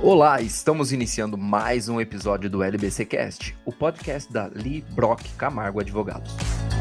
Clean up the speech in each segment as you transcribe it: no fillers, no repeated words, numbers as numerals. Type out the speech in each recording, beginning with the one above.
Olá, estamos iniciando mais um episódio do LBC Cast, o podcast da Lee Brock Camargo Advogados.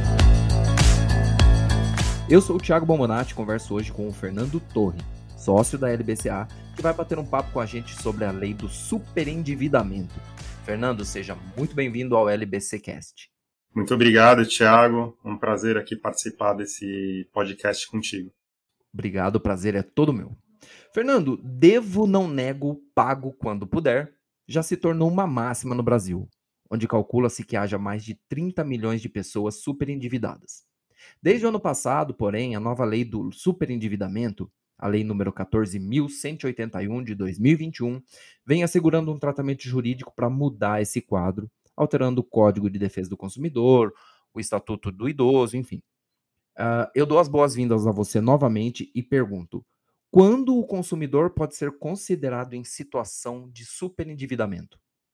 Eu sou o Thiago Bombonati e converso hoje com o Fernando Torre, sócio da LBCA, que vai bater um papo com a gente sobre a lei do superendividamento. Fernando, seja muito bem-vindo ao LBC Cast. Muito obrigado, Thiago. Um prazer aqui participar desse podcast contigo. Obrigado, o prazer é todo meu. Fernando, devo, não nego, pago quando puder, já se tornou uma máxima no Brasil, onde calcula-se que haja mais de 30 milhões de pessoas superendividadas. Desde o ano passado, porém, a nova lei do superendividamento, a lei número 14.181 de 2021, vem assegurando um tratamento jurídico para mudar esse quadro, alterando o Código de Defesa do Consumidor, o Estatuto do Idoso, enfim. Eu dou as boas-vindas a você novamente e pergunto: quando o consumidor pode ser considerado em situação de superendividamento?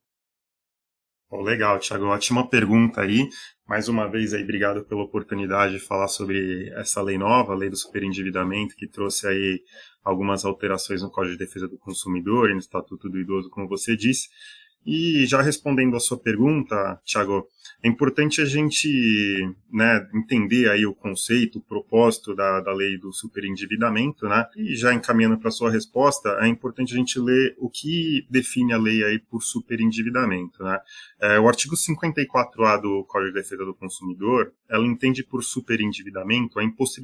Legal, Thiago. Ótima pergunta aí. Mais uma vez, aí, obrigado pela oportunidade de falar sobre essa lei nova, a lei do superendividamento, que trouxe aí algumas alterações no Código de Defesa do Consumidor e no Estatuto do Idoso, como você disse. E já respondendo a sua pergunta, Thiago, é importante a gente entender aí o conceito, o propósito da lei do superendividamento, né? E já encaminhando para a sua resposta, é importante a gente ler o que define a lei aí por superendividamento, né? O artigo 54A do Código de Defesa do Consumidor, ela entende por superendividamento a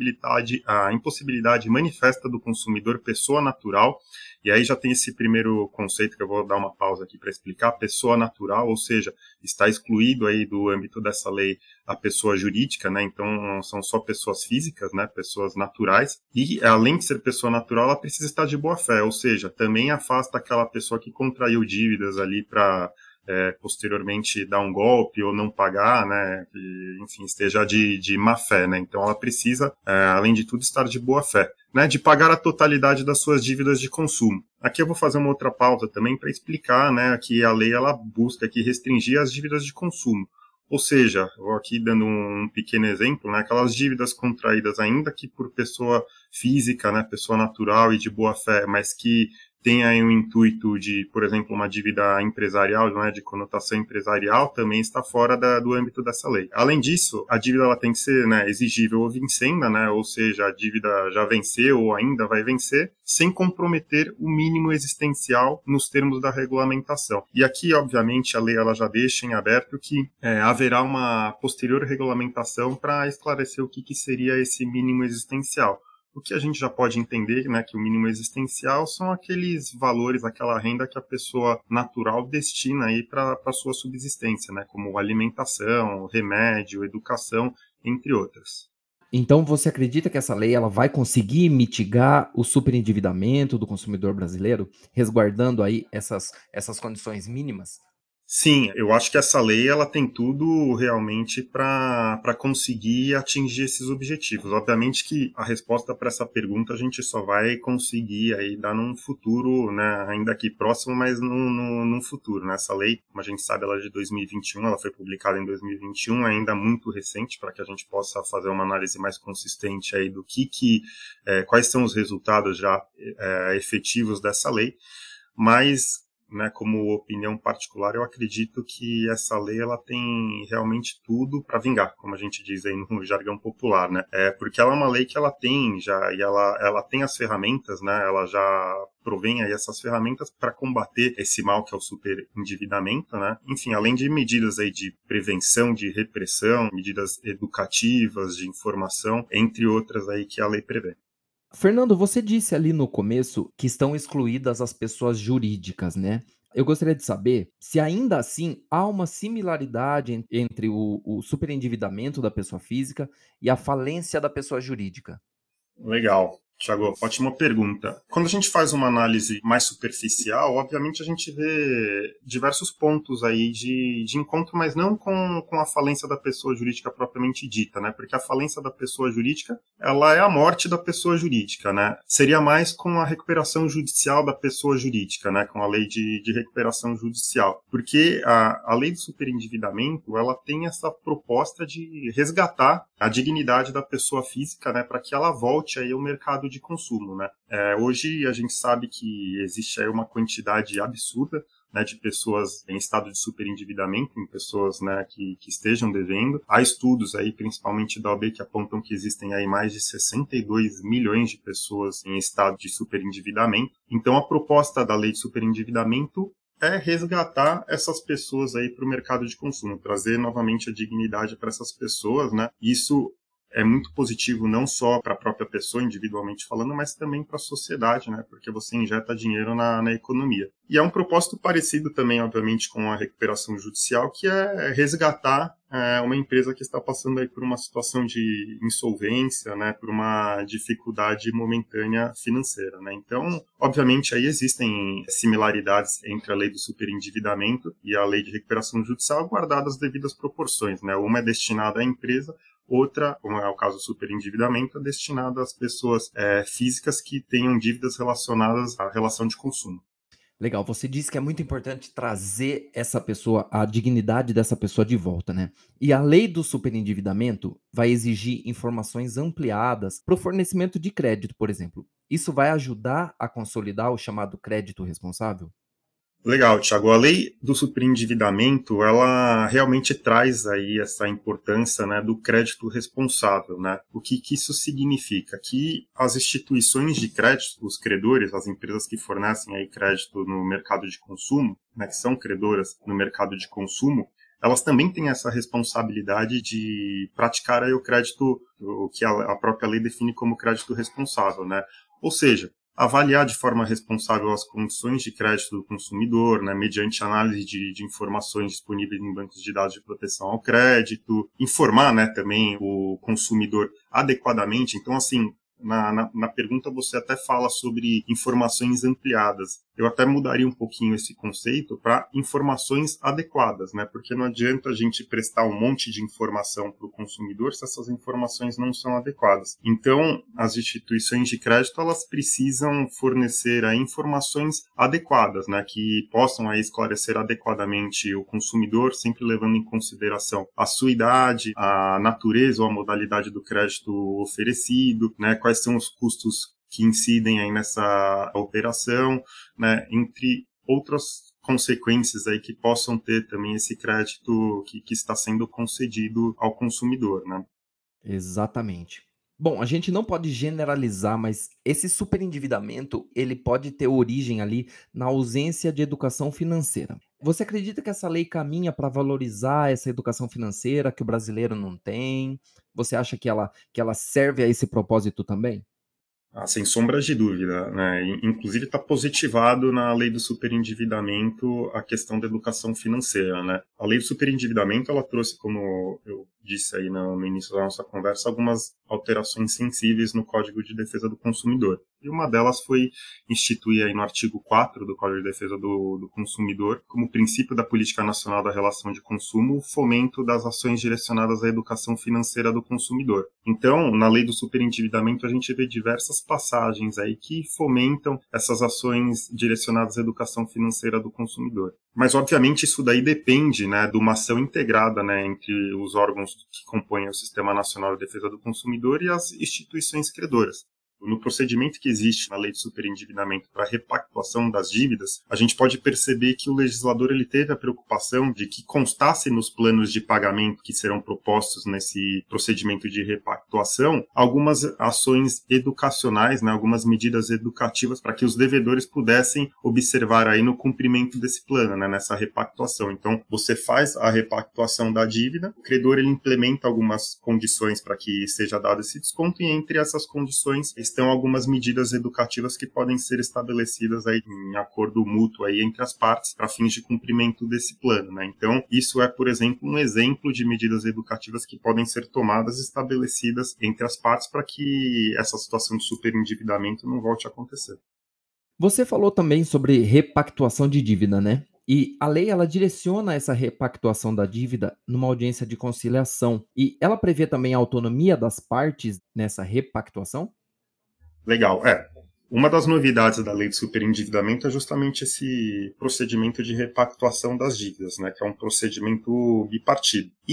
impossibilidade manifesta do consumidor pessoa natural. E aí já tem esse primeiro conceito que eu vou dar uma pausa aqui para explicar, pessoa natural, ou seja, está excluído aí do âmbito dessa lei a pessoa jurídica, né? Então são só pessoas físicas, né? Pessoas naturais. E além de ser pessoa natural, ela precisa estar de boa fé, ou seja, também afasta aquela pessoa que contraiu dívidas ali para posteriormente dar um golpe ou não pagar, né, que, enfim, esteja de má fé, né, então ela precisa, além de tudo, estar de boa fé, né, de pagar a totalidade das suas dívidas de consumo. Aqui eu vou fazer uma outra pauta também para explicar, né, que a lei ela busca aqui restringir as dívidas de consumo. Ou seja, vou aqui dando um pequeno exemplo, né, aquelas dívidas contraídas ainda que por pessoa física, né, pessoa natural e de boa fé, mas que tem aí um intuito de, por exemplo, uma dívida empresarial, não é, de conotação empresarial, também está fora do âmbito dessa lei. Além disso, a dívida ela tem que ser, né, exigível ou vincenda, né, ou seja, a dívida já venceu ou ainda vai vencer, sem comprometer o mínimo existencial nos termos da regulamentação. E aqui, obviamente, a lei ela já deixa em aberto que haverá uma posterior regulamentação para esclarecer o que seria esse mínimo existencial. O que a gente já pode entender, né, que o mínimo existencial são aqueles valores, aquela renda que a pessoa natural destina aí para a sua subsistência, né, como alimentação, remédio, educação, entre outras. Então você acredita que essa lei ela vai conseguir mitigar o superendividamento do consumidor brasileiro, resguardando aí essas condições mínimas? Sim, eu acho que essa lei ela tem tudo realmente para conseguir atingir esses objetivos. Obviamente que a resposta para essa pergunta a gente só vai conseguir aí dar num futuro, né, ainda aqui próximo, mas num futuro. Né? Essa lei, como a gente sabe, ela é de 2021, ela foi publicada em 2021, ainda muito recente, para que a gente possa fazer uma análise mais consistente aí do quais são os resultados já efetivos dessa lei, mas né, como opinião particular, eu acredito que essa lei ela tem realmente tudo para vingar, como a gente diz aí no jargão popular, né? Porque ela é uma lei que ela tem já, e ela tem as ferramentas, né? Ela já provém aí essas ferramentas para combater esse mal que é o superendividamento, né? Enfim, além de medidas aí de prevenção, de repressão, medidas educativas, de informação, entre outras aí que a lei prevê. Fernando, você disse ali no começo que estão excluídas as pessoas jurídicas, né? Eu gostaria de saber se ainda assim há uma similaridade entre o superendividamento da pessoa física e a falência da pessoa jurídica. Legal. Thiago, ótima pergunta. Quando a gente faz uma análise mais superficial, obviamente a gente vê diversos pontos aí de encontro, mas não com a falência da pessoa jurídica propriamente dita, né? Porque a falência da pessoa jurídica, ela é a morte da pessoa jurídica, né? Seria mais com a recuperação judicial da pessoa jurídica, né? Com a lei de recuperação judicial. Porque a lei do superendividamento, ela tem essa proposta de resgatar a dignidade da pessoa física, né? Para que ela volte aí ao mercado de consumo, né? Hoje a gente sabe que existe aí uma quantidade absurda, né, de pessoas em estado de superendividamento, em pessoas, né, que estejam devendo. Há estudos aí, principalmente da OAB, que apontam que existem aí mais de 62 milhões de pessoas em estado de superendividamento. Então, a proposta da lei de superendividamento é resgatar essas pessoas aí para o mercado de consumo, trazer novamente a dignidade para essas pessoas, né? Isso é muito positivo não só para a própria pessoa, individualmente falando, mas também para a sociedade, né? Porque você injeta dinheiro na economia. E é um propósito parecido também, obviamente, com a recuperação judicial, que é resgatar uma empresa que está passando aí por uma situação de insolvência, né? Por uma dificuldade momentânea financeira, né? Então, obviamente, aí existem similaridades entre a lei do superendividamento e a lei de recuperação judicial, guardadas as devidas proporções, né? Uma é destinada à empresa, outra, como é o caso do superendividamento, é destinada às pessoas físicas que tenham dívidas relacionadas à relação de consumo. Legal, você disse que é muito importante trazer essa pessoa, a dignidade dessa pessoa de volta, né? E a lei do superendividamento vai exigir informações ampliadas para o fornecimento de crédito, por exemplo. Isso vai ajudar a consolidar o chamado crédito responsável? Legal, Thiago. A lei do superendividamento, ela realmente traz aí essa importância, né, do crédito responsável, né? O que isso significa? Que as instituições de crédito, os credores, as empresas que fornecem aí crédito no mercado de consumo, né, que são credoras no mercado de consumo, elas também têm essa responsabilidade de praticar aí o crédito, o que a própria lei define como crédito responsável, né? Ou seja, avaliar de forma responsável as condições de crédito do consumidor, né, mediante análise de informações disponíveis em bancos de dados de proteção ao crédito, informar, né, também o consumidor adequadamente. Então, assim, na pergunta você até fala sobre informações ampliadas. Eu até mudaria um pouquinho esse conceito para informações adequadas, né? Porque não adianta a gente prestar um monte de informação para o consumidor se essas informações não são adequadas. Então, as instituições de crédito, elas precisam fornecer aí informações adequadas, né? Que possam aí esclarecer adequadamente o consumidor, sempre levando em consideração a sua idade, a natureza ou a modalidade do crédito oferecido, né? Quais são os custos que incidem aí nessa operação, né, entre outras consequências aí que possam ter também esse crédito que está sendo concedido ao consumidor, né? Exatamente. Bom, a gente não pode generalizar, mas esse superendividamento, ele pode ter origem ali na ausência de educação financeira. Você acredita que essa lei caminha para valorizar essa educação financeira que o brasileiro não tem? Você acha que ela serve a esse propósito também? Ah, sem sombras de dúvida, né? Inclusive está positivado na lei do superendividamento a questão da educação financeira, né? A lei do superendividamento, ela trouxe, como eu disse aí no início da nossa conversa, algumas alterações sensíveis no Código de Defesa do Consumidor. E uma delas foi instituir aí no artigo 4 do Código de Defesa do Consumidor, como princípio da Política Nacional da Relação de Consumo, o fomento das ações direcionadas à educação financeira do consumidor. Então, na lei do superendividamento, a gente vê diversas passagens aí que fomentam essas ações direcionadas à educação financeira do consumidor. Mas, obviamente, isso daí depende, né, de uma ação integrada, né, entre os órgãos que compõem o Sistema Nacional de Defesa do Consumidor e as instituições credoras. No procedimento que existe na lei de superendividamento para repactuação das dívidas, a gente pode perceber que o legislador ele teve a preocupação de que constasse nos planos de pagamento que serão propostos nesse procedimento de repactuação algumas ações educacionais, né, algumas medidas educativas para que os devedores pudessem observar aí no cumprimento desse plano, né, nessa repactuação. Então, você faz a repactuação da dívida, o credor ele implementa algumas condições para que seja dado esse desconto e entre essas condições estão algumas medidas educativas que podem ser estabelecidas aí em acordo mútuo aí entre as partes para fins de cumprimento desse plano, né? Então, isso é, por exemplo, um exemplo de medidas educativas que podem ser tomadas e estabelecidas entre as partes para que essa situação de superendividamento não volte a acontecer. Você falou também sobre repactuação de dívida, né? E a lei ela direciona essa repactuação da dívida numa audiência de conciliação. E ela prevê também a autonomia das partes nessa repactuação? Legal, Uma das novidades da lei de superendividamento é justamente esse procedimento de repactuação das dívidas, né, que é um procedimento bipartido. E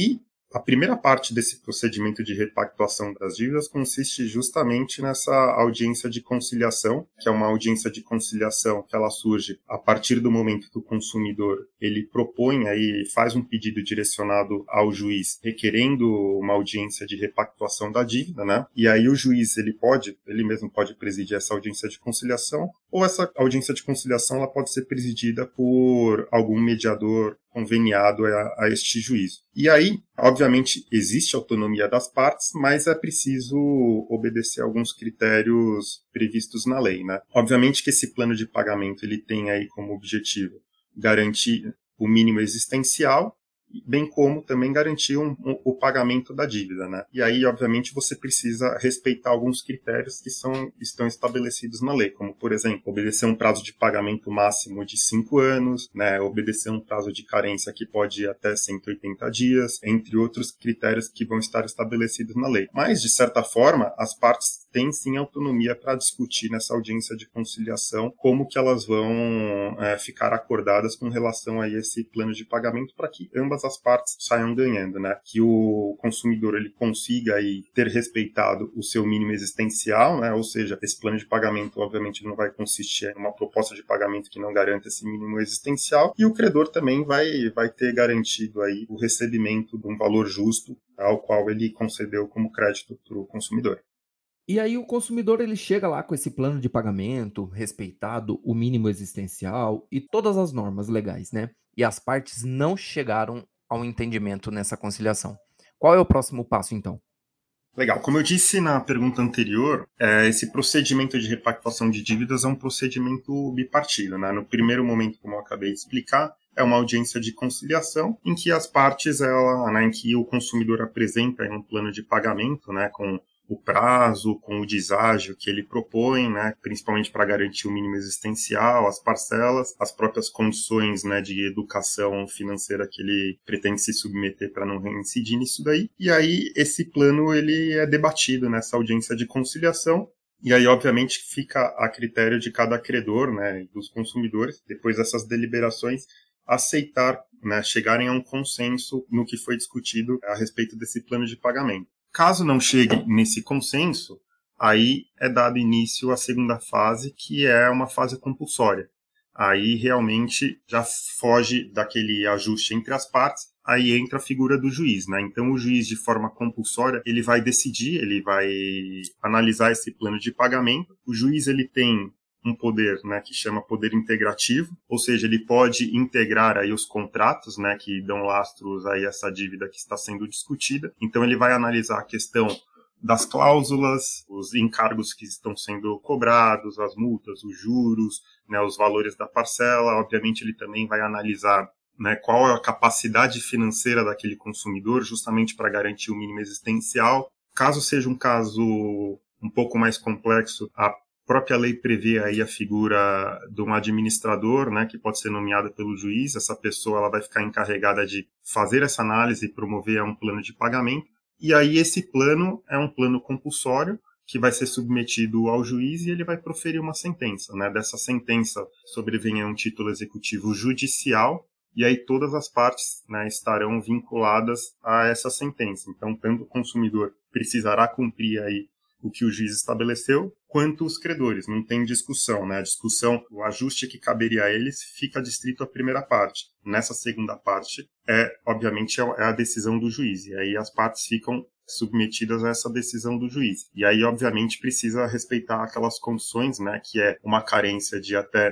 A primeira parte desse procedimento de repactuação das dívidas consiste justamente nessa audiência de conciliação, que é uma audiência de conciliação que ela surge a partir do momento que o consumidor ele propõe aí, faz um pedido direcionado ao juiz requerendo uma audiência de repactuação da dívida, né? E aí o juiz ele mesmo pode presidir essa audiência de conciliação, ou essa audiência de conciliação ela pode ser presidida por algum mediador conveniado a este juízo. E aí, obviamente, existe autonomia das partes, mas é preciso obedecer a alguns critérios previstos na lei, né? Obviamente que esse plano de pagamento ele tem aí como objetivo garantir o mínimo existencial, bem como também garantir o pagamento da dívida, né? E aí, obviamente, você precisa respeitar alguns critérios que estão estabelecidos na lei, como, por exemplo, obedecer um prazo de pagamento máximo de 5 anos, né? Obedecer um prazo de carência que pode ir até 180 dias, entre outros critérios que vão estar estabelecidos na lei. Mas, de certa forma, as partes têm sim autonomia para discutir nessa audiência de conciliação como que elas vão ficar acordadas com relação a esse plano de pagamento para que ambas as partes saiam ganhando, né? Que o consumidor ele consiga aí ter respeitado o seu mínimo existencial, né? Ou seja, esse plano de pagamento obviamente não vai consistir em uma proposta de pagamento que não garanta esse mínimo existencial, e o credor também vai ter garantido aí o recebimento de um valor justo ao qual ele concedeu como crédito para o consumidor. E aí o consumidor ele chega lá com esse plano de pagamento, respeitado o mínimo existencial e todas as normas legais, né? E as partes não chegaram ao entendimento nessa conciliação. Qual é o próximo passo, então? Legal. Como eu disse na pergunta anterior, esse procedimento de repactuação de dívidas é um procedimento bipartido, né? No primeiro momento, como eu acabei de explicar, é uma audiência de conciliação em que as partes, em que o consumidor apresenta um plano de pagamento, né, com o prazo, com o deságio que ele propõe, né, principalmente para garantir o mínimo existencial, as parcelas, as próprias condições, né, de educação financeira que ele pretende se submeter para não reincidir nisso daí. E aí esse plano ele é debatido nessa audiência de conciliação. E aí, obviamente, fica a critério de cada credor, né, e dos consumidores, depois dessas deliberações, aceitar, né, chegarem a um consenso no que foi discutido a respeito desse plano de pagamento. Caso não chegue nesse consenso, aí é dado início à segunda fase, que é uma fase compulsória. Aí realmente já foge daquele ajuste entre as partes, aí entra a figura do juiz, né? Então o juiz, de forma compulsória, ele vai decidir, ele vai analisar esse plano de pagamento. O juiz ele tem um poder, né, que chama poder integrativo, ou seja, ele pode integrar aí os contratos, né, que dão lastros aí a essa dívida que está sendo discutida. Então ele vai analisar a questão das cláusulas, os encargos que estão sendo cobrados, as multas, os juros, né, os valores da parcela. Obviamente ele também vai analisar, né, qual é a capacidade financeira daquele consumidor, justamente para garantir o mínimo existencial. Caso seja um caso um pouco mais complexo, a própria lei prevê aí a figura de um administrador, né, que pode ser nomeado pelo juiz. Essa pessoa ela vai ficar encarregada de fazer essa análise e promover um plano de pagamento. E aí esse plano é um plano compulsório que vai ser submetido ao juiz e ele vai proferir uma sentença, né? Dessa sentença sobrevém um título executivo judicial e aí todas as partes, né, estarão vinculadas a essa sentença. Então, tanto o consumidor precisará cumprir aí o que o juiz estabeleceu, quanto os credores. Não tem discussão, né? A discussão, o ajuste que caberia a eles fica distrito à primeira parte. Nessa segunda parte, obviamente, é a decisão do juiz. E aí as partes ficam submetidas a essa decisão do juiz. E aí, obviamente, precisa respeitar aquelas condições, né? Que é uma carência de até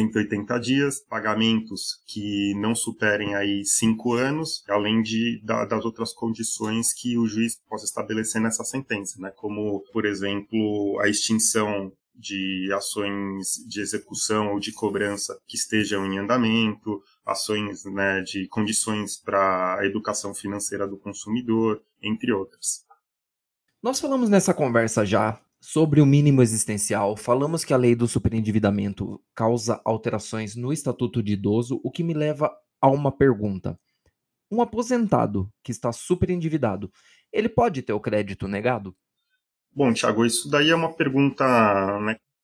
180 dias, pagamentos que não superem aí 5 anos, além das outras condições que o juiz possa estabelecer nessa sentença, né? Como, por exemplo, a extinção de ações de execução ou de cobrança que estejam em andamento, ações, né, de condições para a educação financeira do consumidor, entre outras. Nós falamos nessa conversa já sobre o mínimo existencial, falamos que a lei do superendividamento causa alterações no Estatuto de Idoso, o que me leva a uma pergunta. Um aposentado que está superendividado, ele pode ter o crédito negado? Bom, Thiago, isso daí é uma pergunta, né,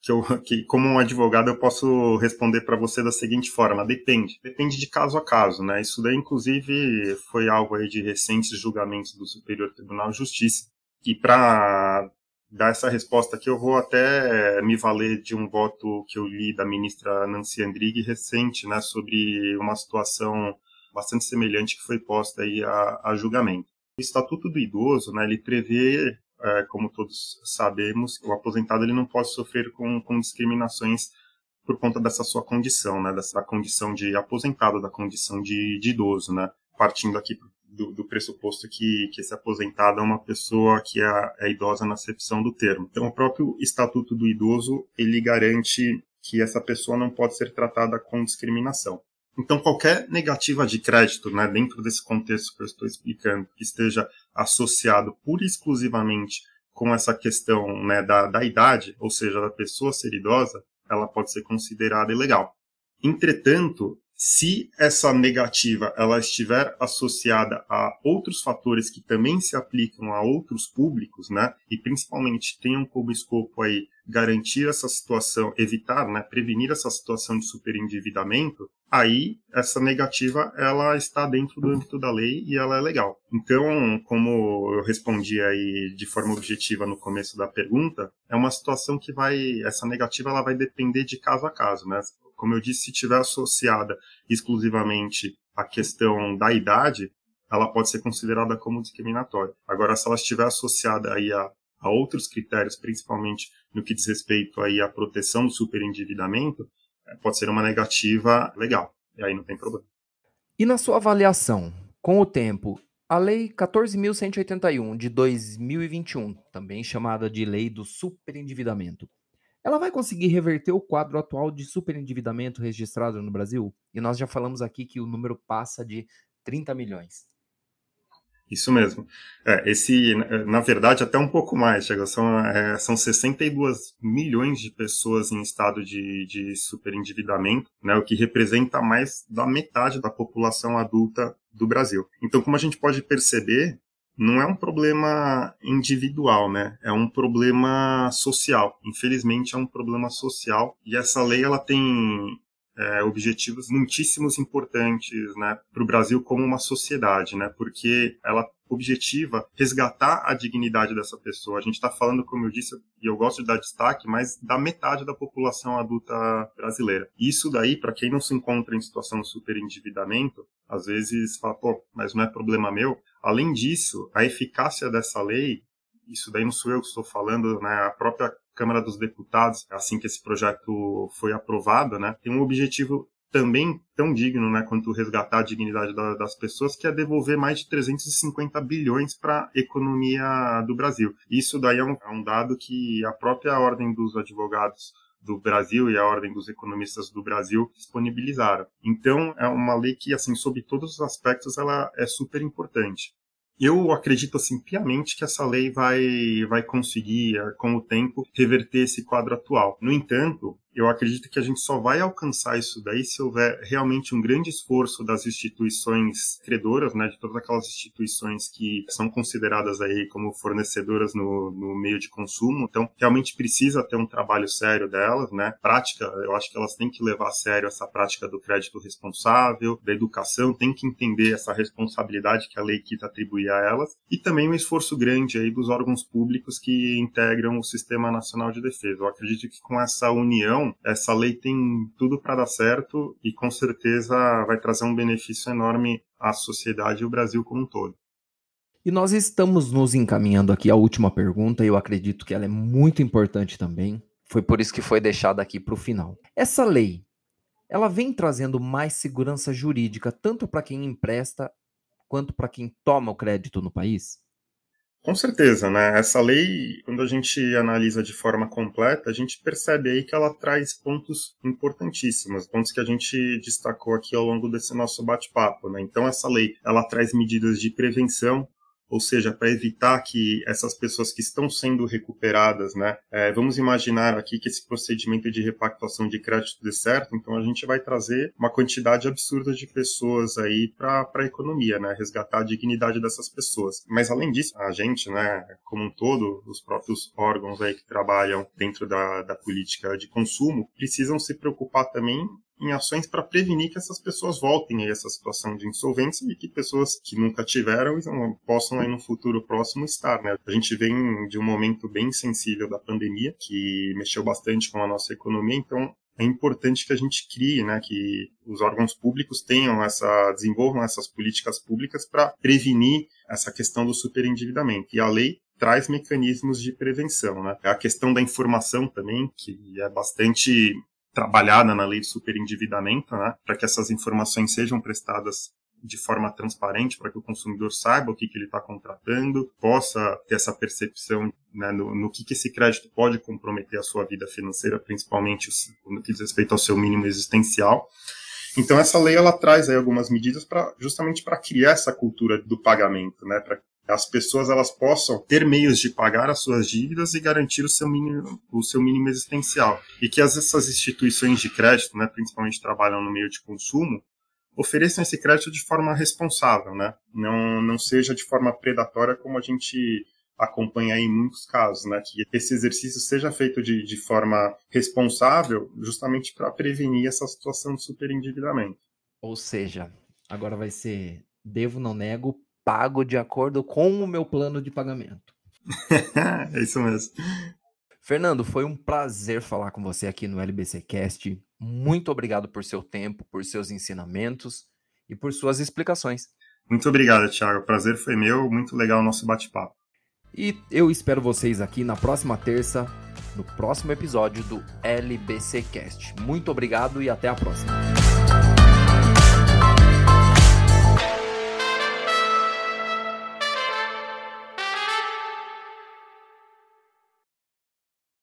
que como um advogado eu posso responder para você da seguinte forma: depende de caso a caso, né? Isso daí inclusive foi algo aí de recentes julgamentos do Superior Tribunal de Justiça. E para dar essa resposta aqui eu vou até me valer de um voto que eu li da ministra Nancy Andrighi recente, né, sobre uma situação bastante semelhante que foi posta aí a julgamento. O Estatuto do Idoso, né, ele prevê, como todos sabemos, o aposentado ele não pode sofrer com discriminações por conta dessa sua condição, né, dessa condição de aposentado, da condição de idoso, né, partindo aqui do pressuposto que esse aposentado é uma pessoa que é idosa na acepção do termo. Então, o próprio Estatuto do Idoso, ele garante que essa pessoa não pode ser tratada com discriminação. Então, qualquer negativa de crédito, né, dentro desse contexto que eu estou explicando, que esteja associado pura e exclusivamente com essa questão, né, da idade, ou seja, da pessoa ser idosa, ela pode ser considerada ilegal. Entretanto, se essa negativa ela estiver associada a outros fatores que também se aplicam a outros públicos, né, e principalmente tenham como escopo aí garantir essa situação, evitar, né, prevenir essa situação de superendividamento, aí essa negativa ela está dentro do âmbito da lei e ela é legal. Então, como eu respondi aí de forma objetiva no começo da pergunta, é uma situação que essa negativa ela vai depender de caso a caso, né? Como eu disse, se estiver associada exclusivamente à questão da idade, ela pode ser considerada como discriminatória. Agora, se ela estiver associada aí a outros critérios, principalmente no que diz respeito aí à proteção do superendividamento, pode ser uma negativa legal. E aí não tem problema. E na sua avaliação, com o tempo, a Lei 14.181 de 2021, também chamada de Lei do Superendividamento, ela vai conseguir reverter o quadro atual de superendividamento registrado no Brasil? E nós já falamos aqui que o número passa de 30 milhões. Isso mesmo. Na verdade, até um pouco mais. São 62 milhões de pessoas em estado de superendividamento, né, o que representa mais da metade da população adulta do Brasil. Então, como a gente pode perceber, não é um problema individual, né? É um problema social. Infelizmente, é um problema social. E essa lei ela tem objetivos muitíssimos importantes, né, para o Brasil como uma sociedade, né, porque ela objetiva resgatar a dignidade dessa pessoa. A gente está falando, como eu disse, e eu gosto de dar destaque, mas da metade da população adulta brasileira. Isso daí, para quem não se encontra em situação de superendividamento, às vezes fala, pô, mas não é problema meu. Além disso, a eficácia dessa lei, isso daí não sou eu que estou falando, né, a própria Câmara dos Deputados, assim que esse projeto foi aprovado, né, tem um objetivo também tão digno, né, quanto resgatar a dignidade das pessoas, que é devolver mais de 350 bilhões para a economia do Brasil. Isso daí é um dado que a própria Ordem dos Advogados do Brasil e a Ordem dos Economistas do Brasil disponibilizaram. Então, é uma lei que, assim, sob todos os aspectos, ela é super importante. Eu acredito assim piamente que essa lei vai conseguir, com o tempo, reverter esse quadro atual. No entanto, eu acredito que a gente só vai alcançar isso daí se houver realmente um grande esforço das instituições credoras, né, de todas aquelas instituições que são consideradas aí como fornecedoras no meio de consumo. Então, realmente precisa ter um trabalho sério delas, né? Prática, eu acho que elas têm que levar a sério essa prática do crédito responsável, da educação, tem que entender essa responsabilidade que a lei quis atribuir a elas, e também um esforço grande aí dos órgãos públicos que integram o Sistema Nacional de Defesa. Eu acredito que com essa união, essa lei tem tudo para dar certo e com certeza vai trazer um benefício enorme à sociedade e ao Brasil como um todo. E nós estamos nos encaminhando aqui à última pergunta, e eu acredito que ela é muito importante também. Foi por isso que foi deixada aqui para o final. Essa lei, ela vem trazendo mais segurança jurídica tanto para quem empresta quanto para quem toma o crédito no país? Com certeza, né? Essa lei, quando a gente analisa de forma completa, a gente percebe aí que ela traz pontos importantíssimos, pontos que a gente destacou aqui ao longo desse nosso bate-papo, né? Então, essa lei, ela traz medidas de prevenção, ou seja, para evitar que essas pessoas que estão sendo recuperadas, né, vamos imaginar aqui que esse procedimento de repactuação de crédito dê certo, então a gente vai trazer uma quantidade absurda de pessoas aí para a economia, né, resgatar a dignidade dessas pessoas. Mas além disso, a gente, né, como um todo, os próprios órgãos aí que trabalham dentro da política de consumo, precisam se preocupar também em ações para prevenir que essas pessoas voltem a essa situação de insolvência e que pessoas que nunca tiveram possam aí no futuro próximo estar, né? A gente vem de um momento bem sensível da pandemia, que mexeu bastante com a nossa economia, então é importante que a gente crie, né, que os órgãos públicos desenvolvam essas políticas públicas para prevenir essa questão do superendividamento. E a lei traz mecanismos de prevenção, né? A questão da informação também, que é bastante trabalhada na lei de superendividamento, né, para que essas informações sejam prestadas de forma transparente, para que o consumidor saiba o que ele está contratando, possa ter essa percepção, né, no que esse crédito pode comprometer a sua vida financeira, principalmente no que diz respeito ao seu mínimo existencial. Então essa lei ela traz aí algumas medidas justamente para criar essa cultura do pagamento, né, para as pessoas elas possam ter meios de pagar as suas dívidas e garantir o seu mínimo existencial. E que essas instituições de crédito, né, principalmente trabalham no meio de consumo, ofereçam esse crédito de forma responsável, né? Não seja de forma predatória como a gente acompanha em muitos casos, né? Que esse exercício seja feito de forma responsável justamente para prevenir essa situação de superendividamento. Ou seja, agora vai ser devo, não nego, pago de acordo com o meu plano de pagamento. É isso mesmo. Fernando, foi um prazer falar com você aqui no LBC Cast. Muito obrigado por seu tempo, por seus ensinamentos e por suas explicações. Muito obrigado, Thiago. O prazer foi meu. Muito legal o nosso bate-papo. E eu espero vocês aqui na próxima terça, no próximo episódio do LBC Cast. Muito obrigado e até a próxima.